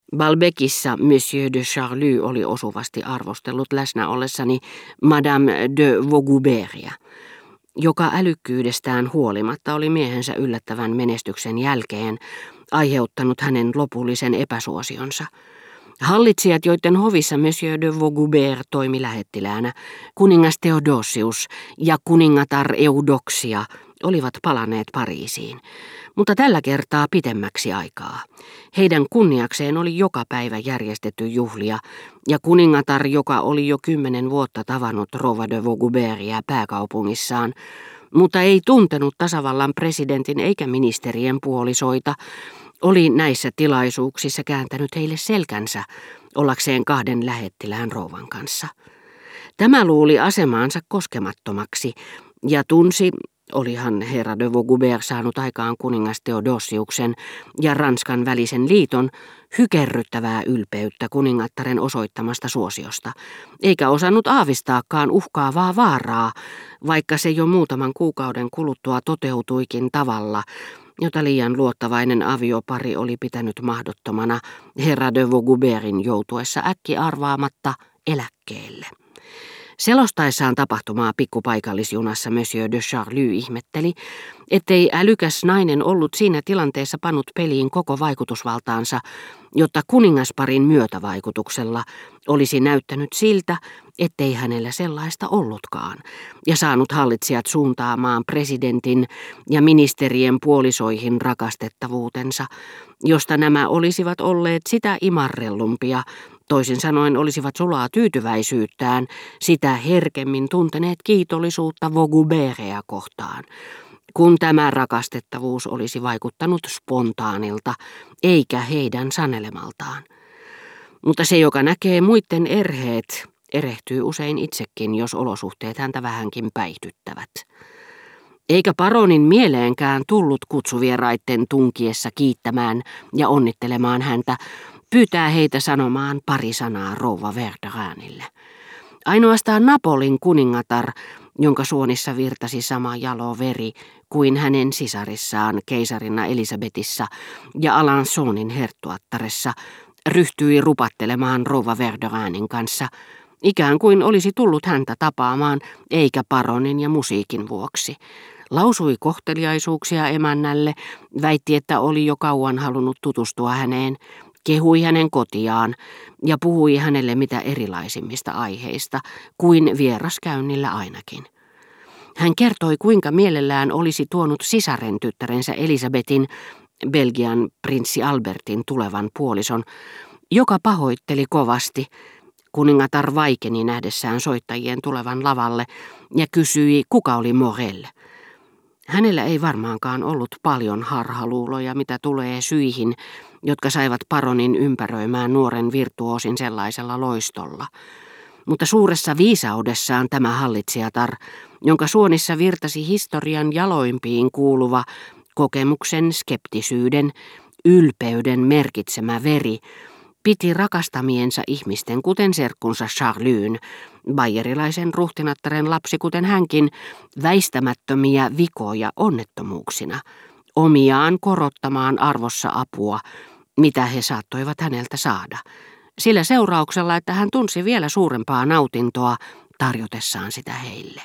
Balbecissa Monsieur de Charlus oli osuvasti arvostellut läsnä ollessani Madame de Vaugoubertia, joka älykkyydestään huolimatta oli miehensä yllättävän menestyksen jälkeen aiheuttanut hänen lopullisen epäsuosionsa. Hallitsijat, joiden hovissa Monsieur de Vaugoubert toimi lähettiläänä, kuningas Theodosius ja kuningatar Eudoxia, olivat palanneet Pariisiin, mutta tällä kertaa pitemmäksi aikaa. Heidän kunniakseen oli joka päivä järjestetty juhlia, ja kuningatar, joka oli jo 10 vuotta tavannut rouva de Vaugoubertia pääkaupungissaan, mutta ei tuntenut tasavallan presidentin eikä ministerien puolisoita, oli näissä tilaisuuksissa kääntänyt heille selkänsä ollakseen 2 lähettilään rouvan kanssa. Tämä luuli asemaansa koskemattomaksi ja tunsi, olihan herra de Vaugoubert saanut aikaan kuningas Theodosiuksen ja Ranskan välisen liiton, hykerryttävää ylpeyttä kuningattaren osoittamasta suosiosta, eikä osannut aavistaakaan uhkaavaa vaaraa, vaikka se jo muutaman kuukauden kuluttua toteutuikin tavalla, jota liian luottavainen aviopari oli pitänyt mahdottomana herra de Vaugoubertin joutuessa äkki arvaamatta eläkkeelle. Selostaessaan tapahtumaa pikkupaikallisjunassa Monsieur de Charlus ihmetteli, ettei älykäs nainen ollut siinä tilanteessa pannut peliin koko vaikutusvaltaansa, jotta kuningasparin myötävaikutuksella olisi näyttänyt siltä, ettei hänellä sellaista ollutkaan, ja saanut hallitsijat suuntaamaan presidentin ja ministerien puolisoihin rakastettavuutensa, josta nämä olisivat olleet sitä imarrellumpia, toisin sanoen olisivat sulaa tyytyväisyyttään, sitä herkemmin tunteneet kiitollisuutta Vaugoubertia kohtaan, kun tämä rakastettavuus olisi vaikuttanut spontaanilta, eikä heidän sanelemaltaan. Mutta se, joka näkee muiden erheet, erehtyy usein itsekin, jos olosuhteet häntä vähänkin päihdyttävät. Eikä paronin mieleenkään tullut kutsuvieraitten tunkiessa kiittämään ja onnittelemaan häntä, pyytää heitä sanomaan pari sanaa rouva Verdurinille. Ainoastaan Napolin kuningatar, jonka suonissa virtasi sama jalo veri kuin hänen sisarissaan keisarina Elisabetissa ja Alençonin herttuattaressa, ryhtyi rupattelemaan rouva Verdurinin kanssa, ikään kuin olisi tullut häntä tapaamaan, eikä paronin ja musiikin vuoksi. Lausui kohteliaisuuksia emännälle, väitti, että oli jo kauan halunnut tutustua häneen, kehui hänen kotiaan ja puhui hänelle mitä erilaisimmista aiheista, kuin vieraskäynnillä ainakin. Hän kertoi, kuinka mielellään olisi tuonut sisaren tyttärensä Elisabetin, Belgian prinssi Albertin tulevan puolison, joka pahoitteli kovasti. Kuningatar vaikeni nähdessään soittajien tulevan lavalle ja kysyi, kuka oli Morel. Hänellä ei varmaankaan ollut paljon harhaluuloja, mitä tulee syihin, jotka saivat paronin ympäröimään nuoren virtuoosin sellaisella loistolla. Mutta suuressa viisaudessaan tämä hallitsijatar, jonka suonissa virtasi historian jaloimpiin kuuluva kokemuksen, skeptisyyden, ylpeyden merkitsemä veri, piti rakastamiensa ihmisten, kuten serkkunsa Charlun, bayerilaisen ruhtinattaren lapsi, kuten hänkin, väistämättömiä vikoja onnettomuuksina, omiaan korottamaan arvossa apua, mitä he saattoivat häneltä saada, sillä seurauksella, että hän tunsi vielä suurempaa nautintoa tarjotessaan sitä heille.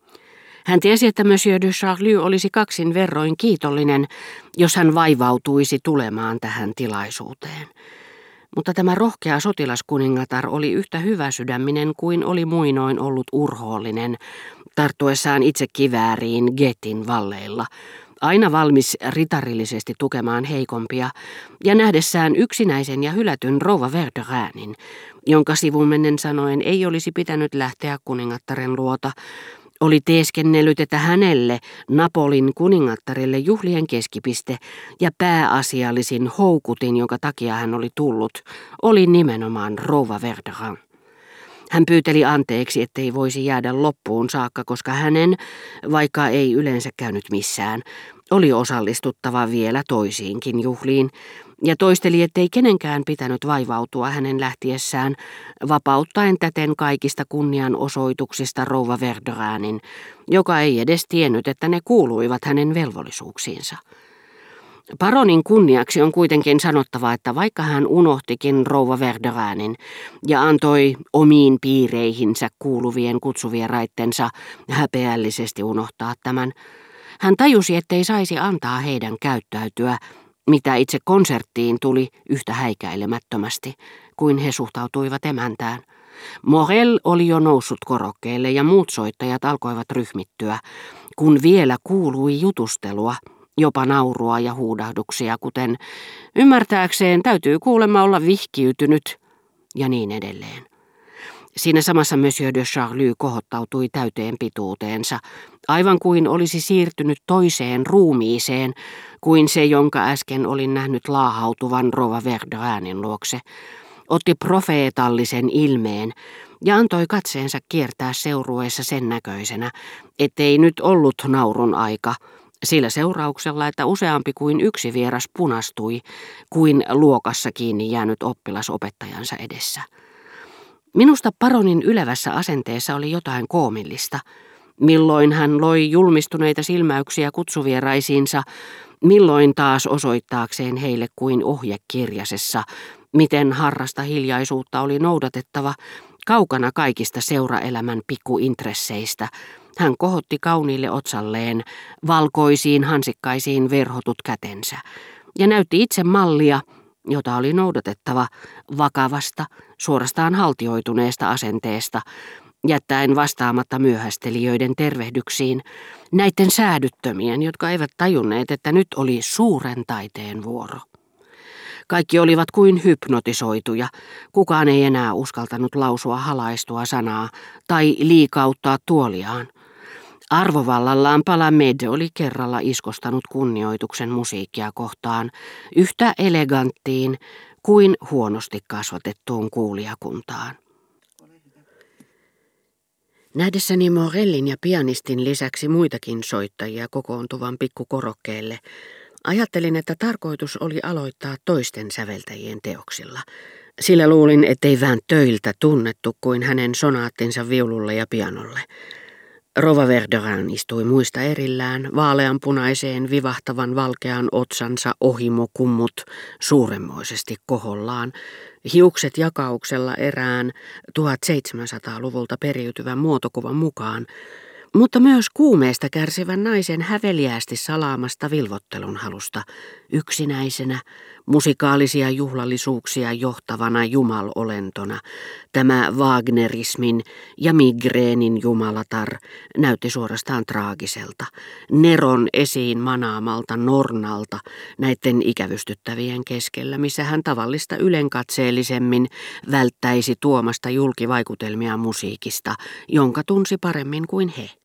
Hän tiesi, että Monsieur de Charlus olisi 2 verroin kiitollinen, jos hän vaivautuisi tulemaan tähän tilaisuuteen. Mutta tämä rohkea sotilaskuningatar oli yhtä hyväsydäminen kuin oli muinoin ollut urhoollinen, tarttuessaan itse kivääriin Getin valleilla, aina valmis ritarillisesti tukemaan heikompia ja nähdessään yksinäisen ja hylätyn rouva Verdurinin, jonka sivumennen sanoen ei olisi pitänyt lähteä kuningattaren luota, oli teeskennellyt, että hänelle, Napolin kuningattarelle, juhlien keskipiste ja pääasiallisin houkutin, jonka takia hän oli tullut, oli nimenomaan rouva Verdurin. Hän pyyteli anteeksi, ettei voisi jäädä loppuun saakka, koska hänen, vaikka ei yleensä käynyt missään, oli osallistuttava vielä toisiinkin juhliin, ja toisteli, ettei kenenkään pitänyt vaivautua hänen lähtiessään, vapauttaen täten kaikista kunnianosoituksista rouva Verdurinin, joka ei edes tiennyt, että ne kuuluivat hänen velvollisuuksiinsa. Paronin kunniaksi on kuitenkin sanottava, että vaikka hän unohtikin rouva Verderanin ja antoi omiin piireihinsä kuuluvien kutsuvieraittensa häpeällisesti unohtaa tämän, hän tajusi, ettei saisi antaa heidän käyttäytyä, mitä itse konserttiin tuli yhtä häikäilemättömästi, kuin he suhtautuivat emäntään. Morel oli jo noussut korokkeelle ja muut soittajat alkoivat ryhmittyä, kun vielä kuului jutustelua, jopa naurua ja huudahduksia, kuten ymmärtääkseen täytyy kuulemma olla vihkiytynyt ja niin edelleen. Siinä samassa Monsieur de Charlie kohottautui täyteen pituuteensa, aivan kuin olisi siirtynyt toiseen ruumiiseen kuin se, jonka äsken olin nähnyt laahautuvan rouva Verderanin luokse. Otti profeetallisen ilmeen ja antoi katseensa kiertää seurueessa sen näköisenä, ettei nyt ollut naurun aika, sillä seurauksella, että useampi kuin yksi vieras punastui, kuin luokassa kiinni jäänyt oppilas opettajansa edessä. Minusta paronin ylevässä asenteessa oli jotain koomillista. Milloin hän loi julmistuneita silmäyksiä kutsuvieraisiinsa, milloin taas osoittaakseen heille kuin ohjekirjasessa, miten harrasta hiljaisuutta oli noudatettava, kaukana kaikista seuraelämän pikkuintresseistä. Hän kohotti kauniille otsalleen valkoisiin hansikkaisiin verhotut kätensä ja näytti itse mallia, jota oli noudatettava, vakavasta, suorastaan haltioituneesta asenteesta, jättäen vastaamatta myöhästelijöiden tervehdyksiin, näiden säädyttömien, jotka eivät tajunneet, että nyt oli suuren taiteen vuoro. Kaikki olivat kuin hypnotisoituja, kukaan ei enää uskaltanut lausua halaistua sanaa tai liikauttaa tuoliaan. Arvovallallaan Palamede oli kerralla iskostanut kunnioituksen musiikkia kohtaan yhtä eleganttiin kuin huonosti kasvatettuun kuulijakuntaan. Nähdessäni Morellin ja pianistin lisäksi muitakin soittajia kokoontuvan pikkukorokkeelle, ajattelin, että tarkoitus oli aloittaa toisten säveltäjien teoksilla, sillä luulin, ettei Vinteuiltä tunnettu kuin hänen sonaattinsa viululle ja pianolle. Rouva Verderin istui muista erillään, vaaleanpunaiseen vivahtavan valkean otsansa ohimokummut suuremmoisesti kohollaan, hiukset jakauksella erään 1700-luvulta periytyvän muotokuvan mukaan, mutta myös kuumeesta kärsivän naisen häveliäästi salaamasta vilvottelun halusta, yksinäisenä, musikaalisia juhlallisuuksia johtavana jumalolentona. Tämä Wagnerismin ja migreenin jumalatar näytti suorastaan traagiselta, Neron esiin manaamalta Nornalta näiden ikävystyttävien keskellä, missä hän tavallista ylenkatseellisemmin välttäisi tuomasta julkivaikutelmia musiikista, jonka tunsi paremmin kuin he.